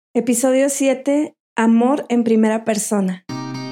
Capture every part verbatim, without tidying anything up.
Episodio siete. Amor en primera persona.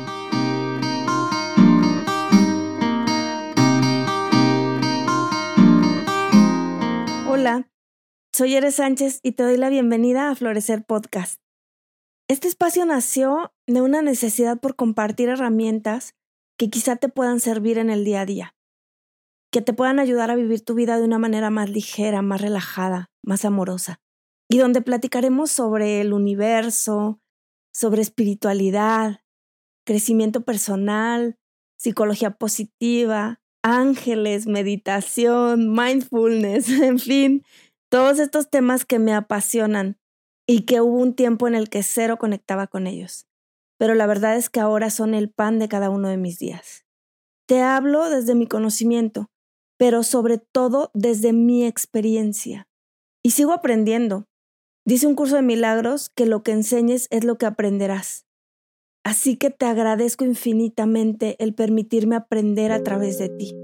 Hola, soy Eres Sánchez y te doy la bienvenida a Florecer Podcast. Este espacio nació de una necesidad por compartir herramientas que quizá te puedan servir en el día a día, que te puedan ayudar a vivir tu vida de una manera más ligera, más relajada, más amorosa, y donde platicaremos sobre el universo, sobre espiritualidad, crecimiento personal, psicología positiva, ángeles, meditación, mindfulness, en fin, todos estos temas que me apasionan y que hubo un tiempo en el que cero conectaba con ellos. Pero la verdad es que ahora son el pan de cada uno de mis días. Te hablo desde mi conocimiento, pero sobre todo desde mi experiencia. Y sigo aprendiendo. Dice un curso de milagros que lo que enseñes es lo que aprenderás. Así que te agradezco infinitamente el permitirme aprender a través de ti.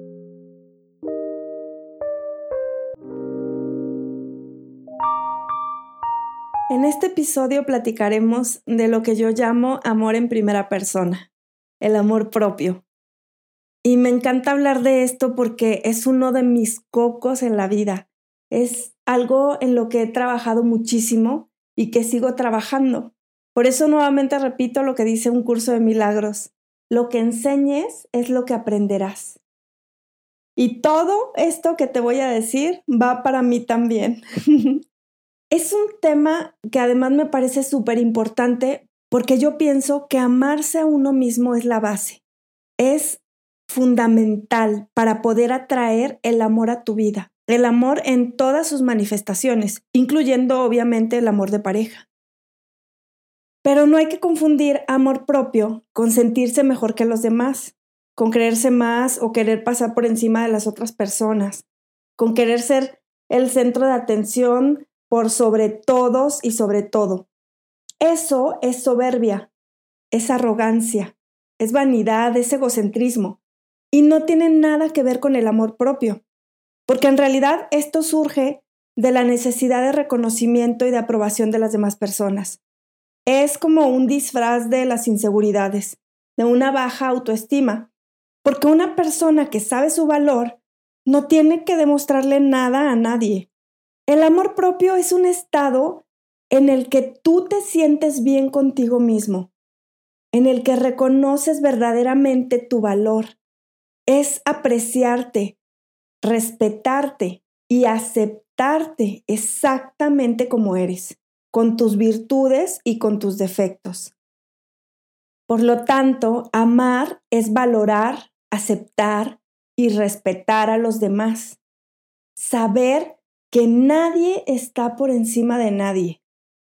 En este episodio platicaremos de lo que yo llamo amor en primera persona, el amor propio. Y me encanta hablar de esto porque es uno de mis cocos en la vida. Es algo en lo que he trabajado muchísimo y que sigo trabajando. Por eso nuevamente repito lo que dice un curso de milagros. Lo que enseñes es lo que aprenderás. Y todo esto que te voy a decir va para mí también. Es un tema que además me parece súper importante porque yo pienso que amarse a uno mismo es la base. Es fundamental para poder atraer el amor a tu vida. El amor en todas sus manifestaciones, incluyendo obviamente el amor de pareja. Pero no hay que confundir amor propio con sentirse mejor que los demás, con creerse más o querer pasar por encima de las otras personas, con querer ser el centro de atención por sobre todos y sobre todo. Eso es soberbia, es arrogancia, es vanidad, es egocentrismo y no tiene nada que ver con el amor propio, porque en realidad esto surge de la necesidad de reconocimiento y de aprobación de las demás personas. Es como un disfraz de las inseguridades, de una baja autoestima, porque una persona que sabe su valor no tiene que demostrarle nada a nadie. El amor propio es un estado en el que tú te sientes bien contigo mismo, en el que reconoces verdaderamente tu valor. Es apreciarte, respetarte y aceptarte exactamente como eres, con tus virtudes y con tus defectos. Por lo tanto, amar es valorar, aceptar y respetar a los demás. Saber que nadie está por encima de nadie.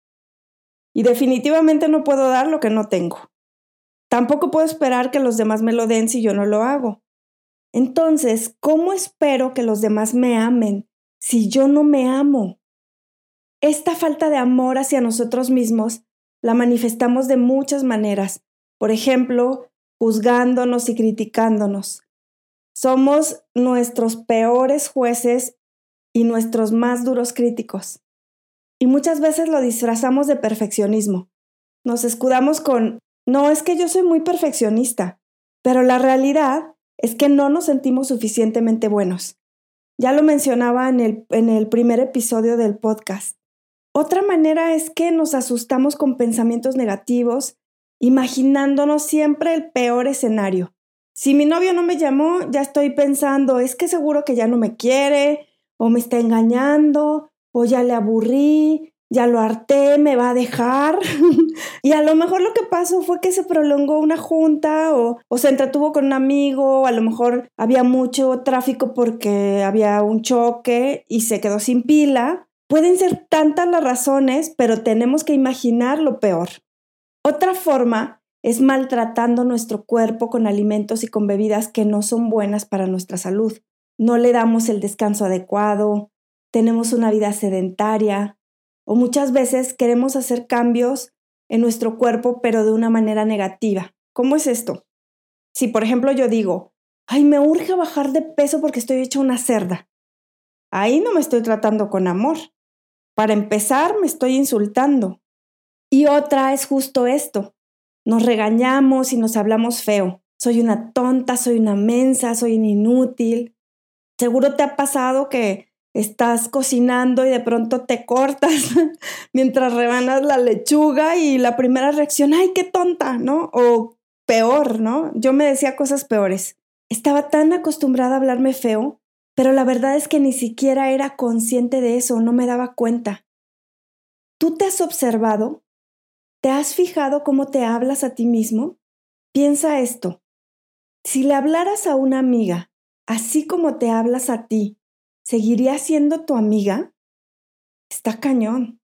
Y definitivamente no puedo dar lo que no tengo. Tampoco puedo esperar que los demás me lo den si yo no lo hago. Entonces, ¿cómo espero que los demás me amen si yo no me amo? Esta falta de amor hacia nosotros mismos la manifestamos de muchas maneras. Por ejemplo, juzgándonos y criticándonos. Somos nuestros peores jueces y nuestros más duros críticos. Y muchas veces lo disfrazamos de perfeccionismo. Nos escudamos con, no, es que yo soy muy perfeccionista, pero la realidad es que no nos sentimos suficientemente buenos. Ya lo mencionaba en el, en el primer episodio del podcast. Otra manera es que nos asustamos con pensamientos negativos, imaginándonos siempre el peor escenario. Si mi novio no me llamó, ya estoy pensando, es que seguro que ya no me quiere, o me está engañando, o ya le aburrí, ya lo harté, me va a dejar. Y a lo mejor lo que pasó fue que se prolongó una junta o, o se entretuvo con un amigo, o a lo mejor había mucho tráfico porque había un choque y se quedó sin pila. Pueden ser tantas las razones, pero tenemos que imaginar lo peor. Otra forma es maltratando nuestro cuerpo con alimentos y con bebidas que no son buenas para nuestra salud. No le damos el descanso adecuado, tenemos una vida sedentaria o muchas veces queremos hacer cambios en nuestro cuerpo pero de una manera negativa. ¿Cómo es esto? Si por ejemplo yo digo, ay, me urge bajar de peso porque estoy hecha una cerda. Ahí no me estoy tratando con amor. Para empezar, me estoy insultando. Y otra es justo esto. Nos regañamos y nos hablamos feo. Soy una tonta, soy una mensa, soy un inútil. Seguro te ha pasado que estás cocinando y de pronto te cortas mientras rebanas la lechuga y la primera reacción, ¡ay, qué tonta!, ¿no? O peor, ¿no? Yo me decía cosas peores. Estaba tan acostumbrada a hablarme feo, pero la verdad es que ni siquiera era consciente de eso, no me daba cuenta. ¿Tú te has observado? ¿Te has fijado cómo te hablas a ti mismo? Piensa esto. Si le hablaras a una amiga, así como te hablas a ti, ¿seguiría siendo tu amiga? Está cañón.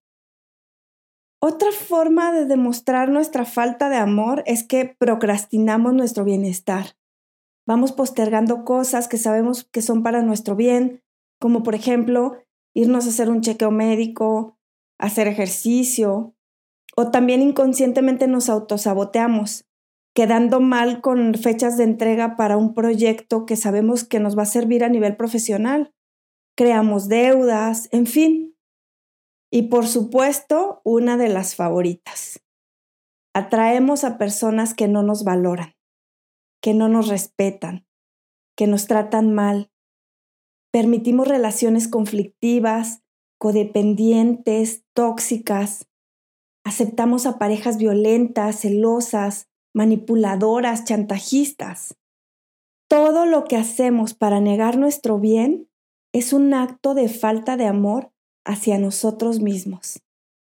Otra forma de demostrar nuestra falta de amor es que procrastinamos nuestro bienestar. Vamos postergando cosas que sabemos que son para nuestro bien, como por ejemplo, irnos a hacer un chequeo médico, hacer ejercicio, o también inconscientemente nos autosaboteamos, quedando mal con fechas de entrega para un proyecto que sabemos que nos va a servir a nivel profesional. Creamos deudas, en fin. Y por supuesto, una de las favoritas. Atraemos a personas que no nos valoran, que no nos respetan, que nos tratan mal. Permitimos relaciones conflictivas, codependientes, tóxicas. Aceptamos a parejas violentas, celosas, manipuladoras, chantajistas. Todo lo que hacemos para negar nuestro bien es un acto de falta de amor hacia nosotros mismos.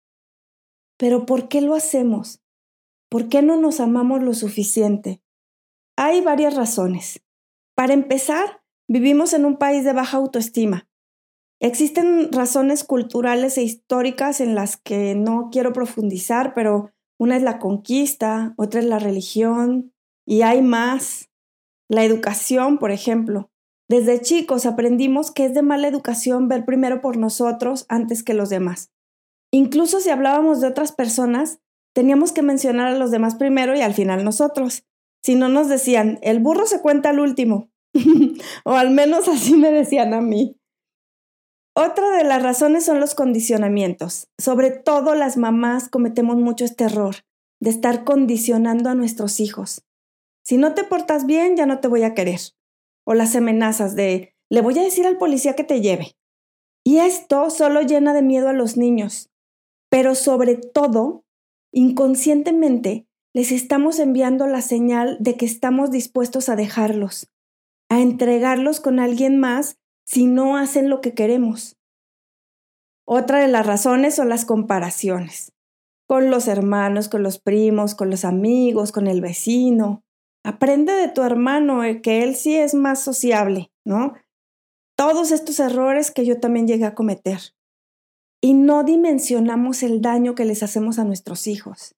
¿Pero por qué lo hacemos? ¿Por qué no nos amamos lo suficiente? Hay varias razones. Para empezar, vivimos en un país de baja autoestima. Existen razones culturales e históricas en las que no quiero profundizar, pero una es la conquista, otra es la religión, y hay más. La educación, por ejemplo. Desde chicos aprendimos que es de mala educación ver primero por nosotros antes que los demás. Incluso si hablábamos de otras personas, teníamos que mencionar a los demás primero y al final nosotros. Si no nos decían, el burro se cuenta al último. O al menos así me decían a mí. Otra de las razones son los condicionamientos. Sobre todo las mamás cometemos mucho este error de estar condicionando a nuestros hijos. Si no te portas bien, ya no te voy a querer. O las amenazas de, le voy a decir al policía que te lleve. Y esto solo llena de miedo a los niños. Pero sobre todo, inconscientemente, les estamos enviando la señal de que estamos dispuestos a dejarlos, a entregarlos con alguien más si no hacen lo que queremos. Otra de las razones son las comparaciones. Con los hermanos, con los primos, con los amigos, con el vecino. Aprende de tu hermano, eh, que él sí es más sociable, ¿no? Todos estos errores que yo también llegué a cometer. Y no dimensionamos el daño que les hacemos a nuestros hijos.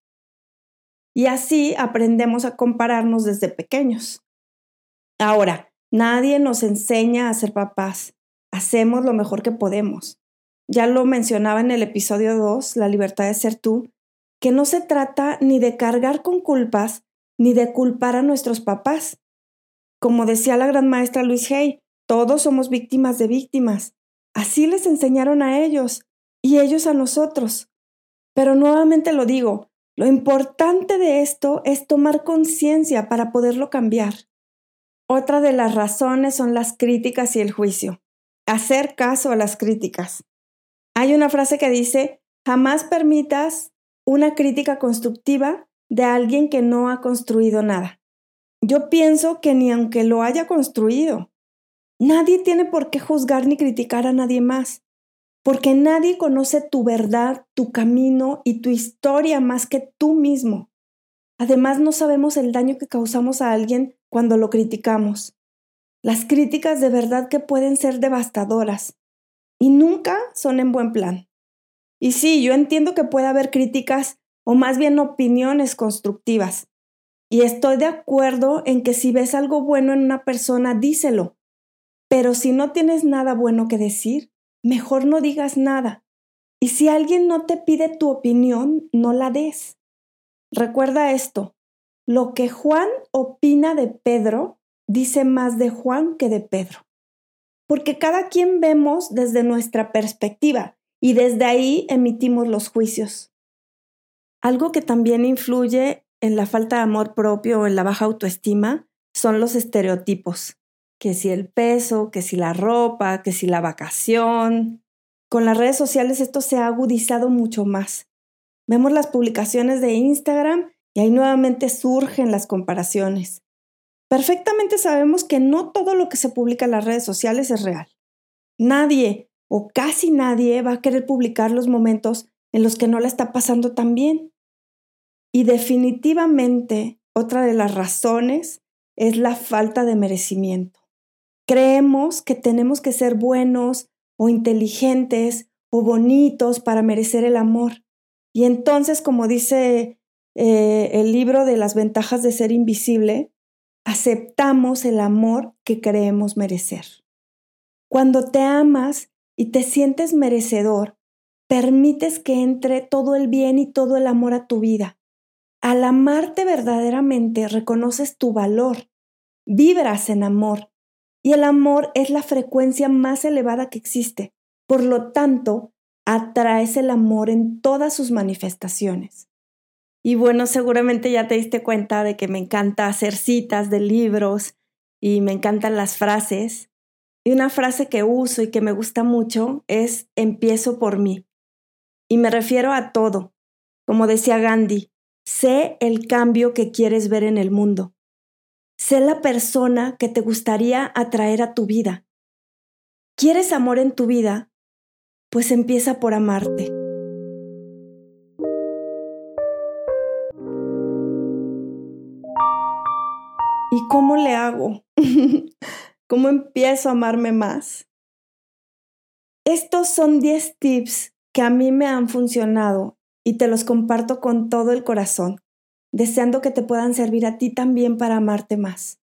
Y así aprendemos a compararnos desde pequeños. Ahora, nadie nos enseña a ser papás. Hacemos lo mejor que podemos. Ya lo mencionaba en el episodio dos, La libertad de ser tú, que no se trata ni de cargar con culpas, ni de culpar a nuestros papás. Como decía la gran maestra Louise Hay, todos somos víctimas de víctimas. Así les enseñaron a ellos y ellos a nosotros. Pero nuevamente lo digo, lo importante de esto es tomar conciencia para poderlo cambiar. Otra de las razones son las críticas y el juicio. Hacer caso a las críticas. Hay una frase que dice, jamás permitas una crítica constructiva de alguien que no ha construido nada. Yo pienso que ni aunque lo haya construido. Nadie tiene por qué juzgar ni criticar a nadie más, porque nadie conoce tu verdad, tu camino y tu historia más que tú mismo. Además, no sabemos el daño que causamos a alguien cuando lo criticamos. Las críticas de verdad que pueden ser devastadoras y nunca son en buen plan. Y sí, yo entiendo que puede haber críticas o más bien opiniones constructivas. Y estoy de acuerdo en que si ves algo bueno en una persona, díselo. Pero si no tienes nada bueno que decir, mejor no digas nada. Y si alguien no te pide tu opinión, no la des. Recuerda esto, lo que Juan opina de Pedro dice más de Juan que de Pedro. Porque cada quien vemos desde nuestra perspectiva y desde ahí emitimos los juicios. Algo que también influye en la falta de amor propio o en la baja autoestima son los estereotipos. Que si el peso, que si la ropa, que si la vacación. Con las redes sociales esto se ha agudizado mucho más. Vemos las publicaciones de Instagram y ahí nuevamente surgen las comparaciones. Perfectamente sabemos que no todo lo que se publica en las redes sociales es real. Nadie o casi nadie va a querer publicar los momentos en los que no la está pasando tan bien. Y definitivamente otra de las razones es la falta de merecimiento. Creemos que tenemos que ser buenos o inteligentes o bonitos para merecer el amor. Y entonces, como dice eh, el libro de las ventajas de ser invisible, aceptamos el amor que creemos merecer. Cuando te amas y te sientes merecedor, permites que entre todo el bien y todo el amor a tu vida. Al amarte verdaderamente, reconoces tu valor, vibras en amor, y el amor es la frecuencia más elevada que existe. Por lo tanto, atraes el amor en todas sus manifestaciones. Y bueno, seguramente ya te diste cuenta de que me encanta hacer citas de libros y me encantan las frases. Y una frase que uso y que me gusta mucho es empiezo por mí. Y me refiero a todo. Como decía Gandhi, sé el cambio que quieres ver en el mundo. Sé la persona que te gustaría atraer a tu vida. ¿Quieres amor en tu vida? Pues empieza por amarte. ¿Y cómo le hago? ¿Cómo empiezo a amarme más? Estos son diez tips que a mí me han funcionado y te los comparto con todo el corazón, deseando que te puedan servir a ti también para amarte más.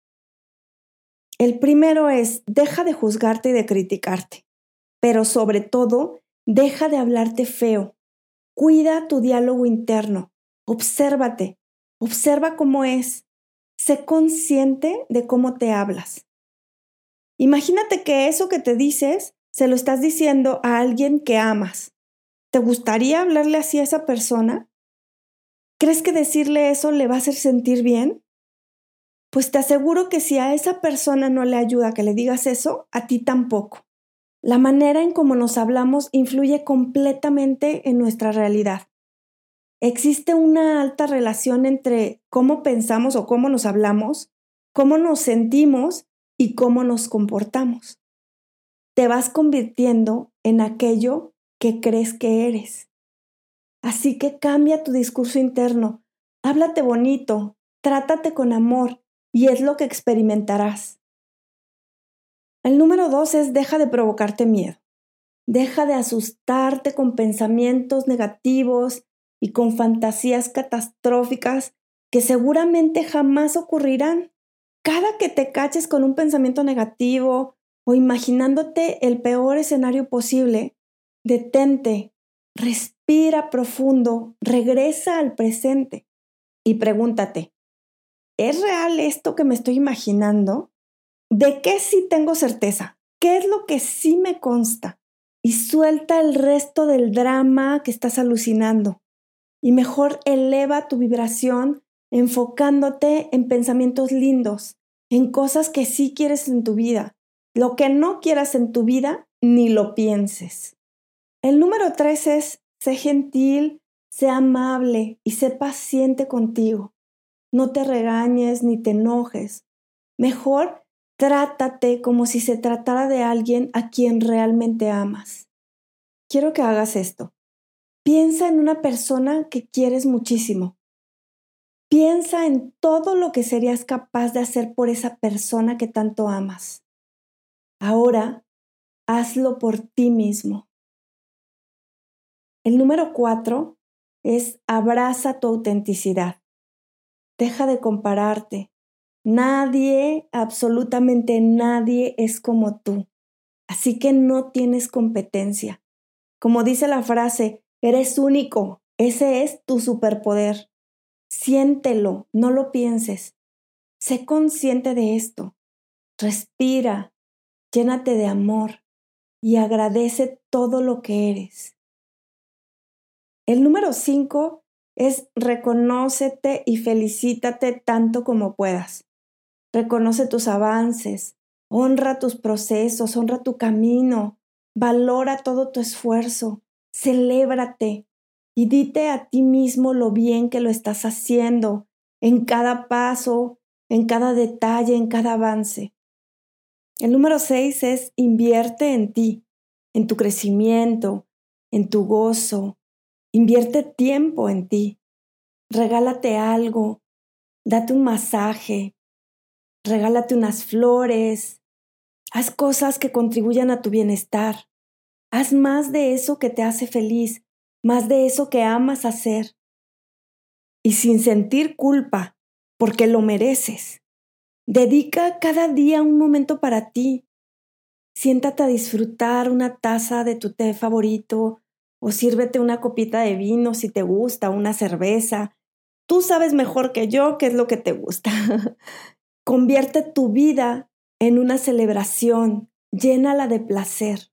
El primero es, deja de juzgarte y de criticarte, pero sobre todo, deja de hablarte feo. Cuida tu diálogo interno, obsérvate, observa cómo es, sé consciente de cómo te hablas. Imagínate que eso que te dices se lo estás diciendo a alguien que amas. ¿Te gustaría hablarle así a esa persona? ¿Crees que decirle eso le va a hacer sentir bien? Pues te aseguro que si a esa persona no le ayuda que le digas eso, a ti tampoco. La manera en cómo nos hablamos influye completamente en nuestra realidad. Existe una alta relación entre cómo pensamos o cómo nos hablamos, cómo nos sentimos y cómo nos comportamos. Te vas convirtiendo en aquello que crees que eres. Así que cambia tu discurso interno, háblate bonito, trátate con amor y es lo que experimentarás. El número dos es deja de provocarte miedo. Deja de asustarte con pensamientos negativos y con fantasías catastróficas que seguramente jamás ocurrirán. Cada que te caches con un pensamiento negativo o imaginándote el peor escenario posible, detente, respira profundo, regresa al presente y pregúntate, ¿es real esto que me estoy imaginando? ¿De qué sí tengo certeza? ¿Qué es lo que sí me consta? Y suelta el resto del drama que estás alucinando. Y mejor eleva tu vibración enfocándote en pensamientos lindos, en cosas que sí quieres en tu vida. Lo que no quieras en tu vida, ni lo pienses. El número tres es, sé gentil, sé amable y sé paciente contigo. No te regañes ni te enojes. Mejor trátate como si se tratara de alguien a quien realmente amas. Quiero que hagas esto. Piensa en una persona que quieres muchísimo. Piensa en todo lo que serías capaz de hacer por esa persona que tanto amas. Ahora, hazlo por ti mismo. El número cuatro es abraza tu autenticidad. Deja de compararte. Nadie, absolutamente nadie es como tú. Así que no tienes competencia. Como dice la frase, eres único. Ese es tu superpoder. Siéntelo, no lo pienses. Sé consciente de esto. Respira, llénate de amor y agradece todo lo que eres. El número cinco es reconócete y felicítate tanto como puedas. Reconoce tus avances, honra tus procesos, honra tu camino, valora todo tu esfuerzo, celébrate y dite a ti mismo lo bien que lo estás haciendo en cada paso, en cada detalle, en cada avance. El número seis es invierte en ti, en tu crecimiento, en tu gozo. Invierte tiempo en ti. Regálate algo, date un masaje, regálate unas flores, haz cosas que contribuyan a tu bienestar. Haz más de eso que te hace feliz, más de eso que amas hacer. Y sin sentir culpa, porque lo mereces. Dedica cada día un momento para ti. Siéntate a disfrutar una taza de tu té favorito o sírvete una copita de vino si te gusta, una cerveza. Tú sabes mejor que yo qué es lo que te gusta. Convierte tu vida en una celebración, llénala de placer.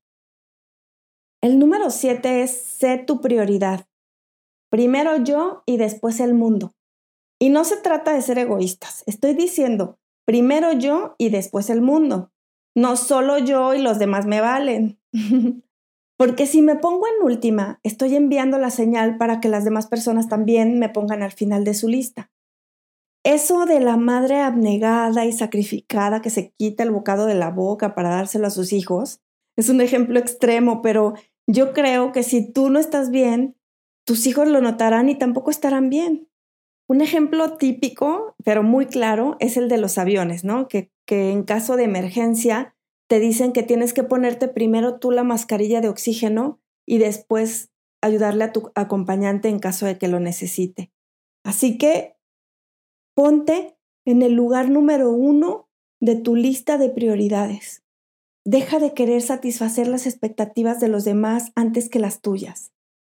El número siete es sé tu prioridad. Primero yo y después el mundo. Y no se trata de ser egoístas. Estoy diciendo, primero yo y después el mundo. No solo yo y los demás me valen. Porque si me pongo en última, estoy enviando la señal para que las demás personas también me pongan al final de su lista. Eso de la madre abnegada y sacrificada que se quita el bocado de la boca para dárselo a sus hijos es un ejemplo extremo, pero yo creo que si tú no estás bien, tus hijos lo notarán y tampoco estarán bien. Un ejemplo típico, pero muy claro, es el de los aviones, ¿no? Que, que en caso de emergencia te dicen que tienes que ponerte primero tú la mascarilla de oxígeno y después ayudarle a tu acompañante en caso de que lo necesite. Así que ponte en el lugar número uno de tu lista de prioridades. Deja de querer satisfacer las expectativas de los demás antes que las tuyas.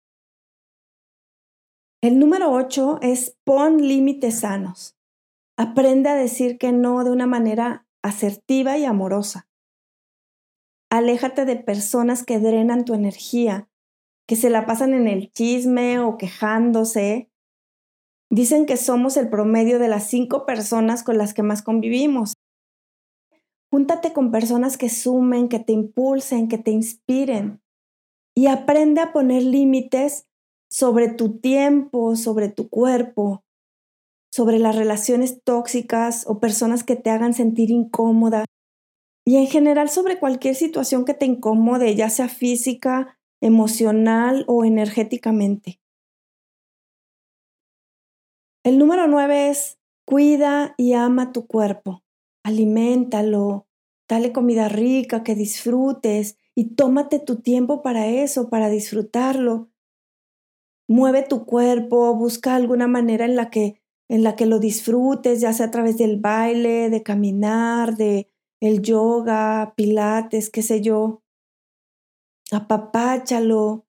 El número ocho es pon límites sanos. Aprende a decir que no de una manera asertiva y amorosa. Aléjate de personas que drenan tu energía, que se la pasan en el chisme o quejándose. Dicen que somos el promedio de las cinco personas con las que más convivimos. Júntate con personas que sumen, que te impulsen, que te inspiren y aprende a poner límites sobre tu tiempo, sobre tu cuerpo, sobre las relaciones tóxicas o personas que te hagan sentir incómoda y en general sobre cualquier situación que te incomode, ya sea física, emocional o energéticamente. El número nueve es cuida y ama tu cuerpo. Aliméntalo, dale comida rica, que disfrutes y tómate tu tiempo para eso, para disfrutarlo. Mueve tu cuerpo, busca alguna manera en la que, en la que lo disfrutes, ya sea a través del baile, de caminar, de el yoga, pilates, qué sé yo. Apapáchalo,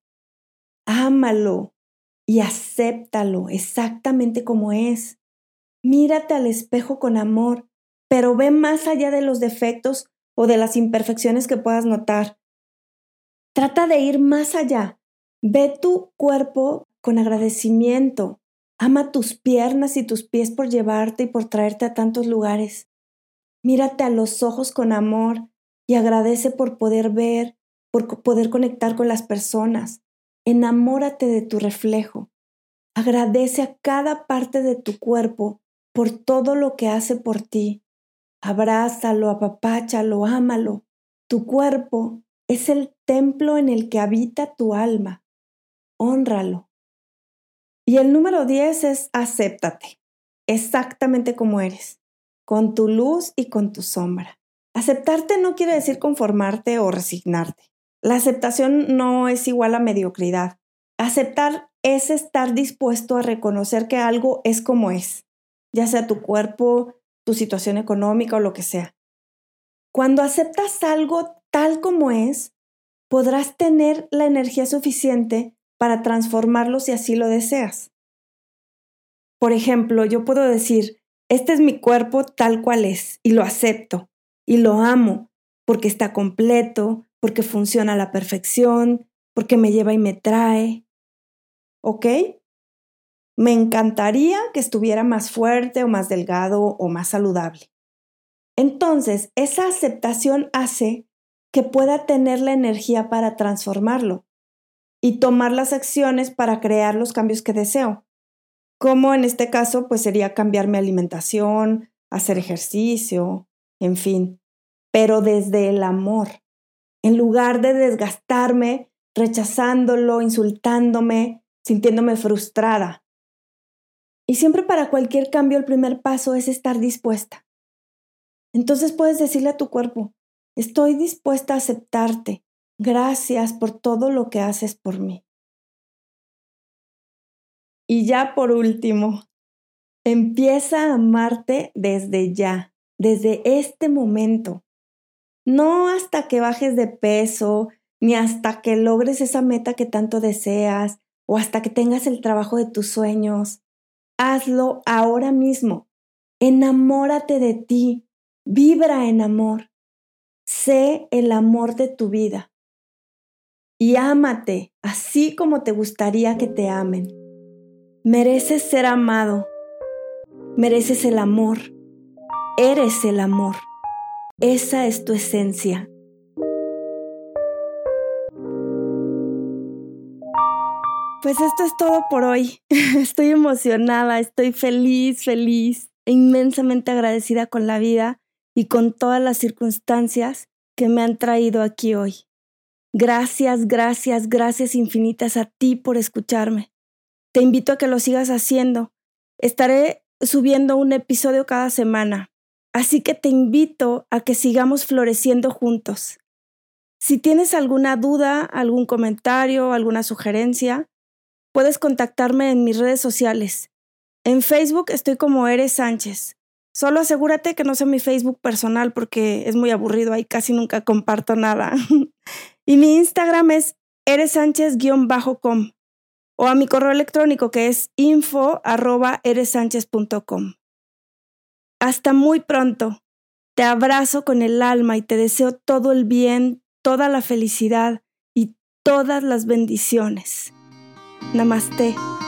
ámalo y acéptalo exactamente como es. Mírate al espejo con amor, pero ve más allá de los defectos o de las imperfecciones que puedas notar. Trata de ir más allá. Ve tu cuerpo con agradecimiento. Ama tus piernas y tus pies por llevarte y por traerte a tantos lugares. Mírate a los ojos con amor y agradece por poder ver, por poder conectar con las personas. Enamórate de tu reflejo. Agradece a cada parte de tu cuerpo por todo lo que hace por ti. Abrázalo, apapáchalo, ámalo. Tu cuerpo es el templo en el que habita tu alma. Hónralo. Y el número diez es acéptate, exactamente como eres, con tu luz y con tu sombra. Aceptarte no quiere decir conformarte o resignarte. La aceptación no es igual a mediocridad. Aceptar es estar dispuesto a reconocer que algo es como es, ya sea tu cuerpo, tu situación económica o lo que sea. Cuando aceptas algo tal como es, podrás tener la energía suficiente para transformarlo si así lo deseas. Por ejemplo, yo puedo decir, este es mi cuerpo tal cual es y lo acepto y lo amo porque está completo, porque funciona a la perfección, porque me lleva y me trae. ¿Ok? Me encantaría que estuviera más fuerte o más delgado o más saludable. Entonces, esa aceptación hace que pueda tener la energía para transformarlo y tomar las acciones para crear los cambios que deseo. Como en este caso, pues sería cambiar mi alimentación, hacer ejercicio, en fin, pero desde el amor, en lugar de desgastarme, rechazándolo, insultándome, sintiéndome frustrada. Y siempre para cualquier cambio el primer paso es estar dispuesta. Entonces puedes decirle a tu cuerpo, estoy dispuesta a aceptarte. Gracias por todo lo que haces por mí. Y ya por último, empieza a amarte desde ya, desde este momento. No hasta que bajes de peso, ni hasta que logres esa meta que tanto deseas, o hasta que tengas el trabajo de tus sueños. Hazlo ahora mismo. Enamórate de ti. Vibra en amor. Sé el amor de tu vida. Y ámate así como te gustaría que te amen. Mereces ser amado. Mereces el amor. Eres el amor. Esa es tu esencia. Pues esto es todo por hoy. Estoy emocionada, estoy feliz, feliz e inmensamente agradecida con la vida y con todas las circunstancias que me han traído aquí hoy. Gracias, gracias, gracias infinitas a ti por escucharme. Te invito a que lo sigas haciendo. Estaré subiendo un episodio cada semana, así que te invito a que sigamos floreciendo juntos. Si tienes alguna duda, algún comentario, alguna sugerencia, puedes contactarme en mis redes sociales. En Facebook estoy como Eres Sánchez. Solo asegúrate que no sea mi Facebook personal porque es muy aburrido, ahí casi nunca comparto nada. Y mi Instagram es eres sánchez guión bajo com o a mi correo electrónico que es info arroba eres sánchez punto com. Hasta muy pronto. Te abrazo con el alma y te deseo todo el bien, toda la felicidad y todas las bendiciones. Namaste.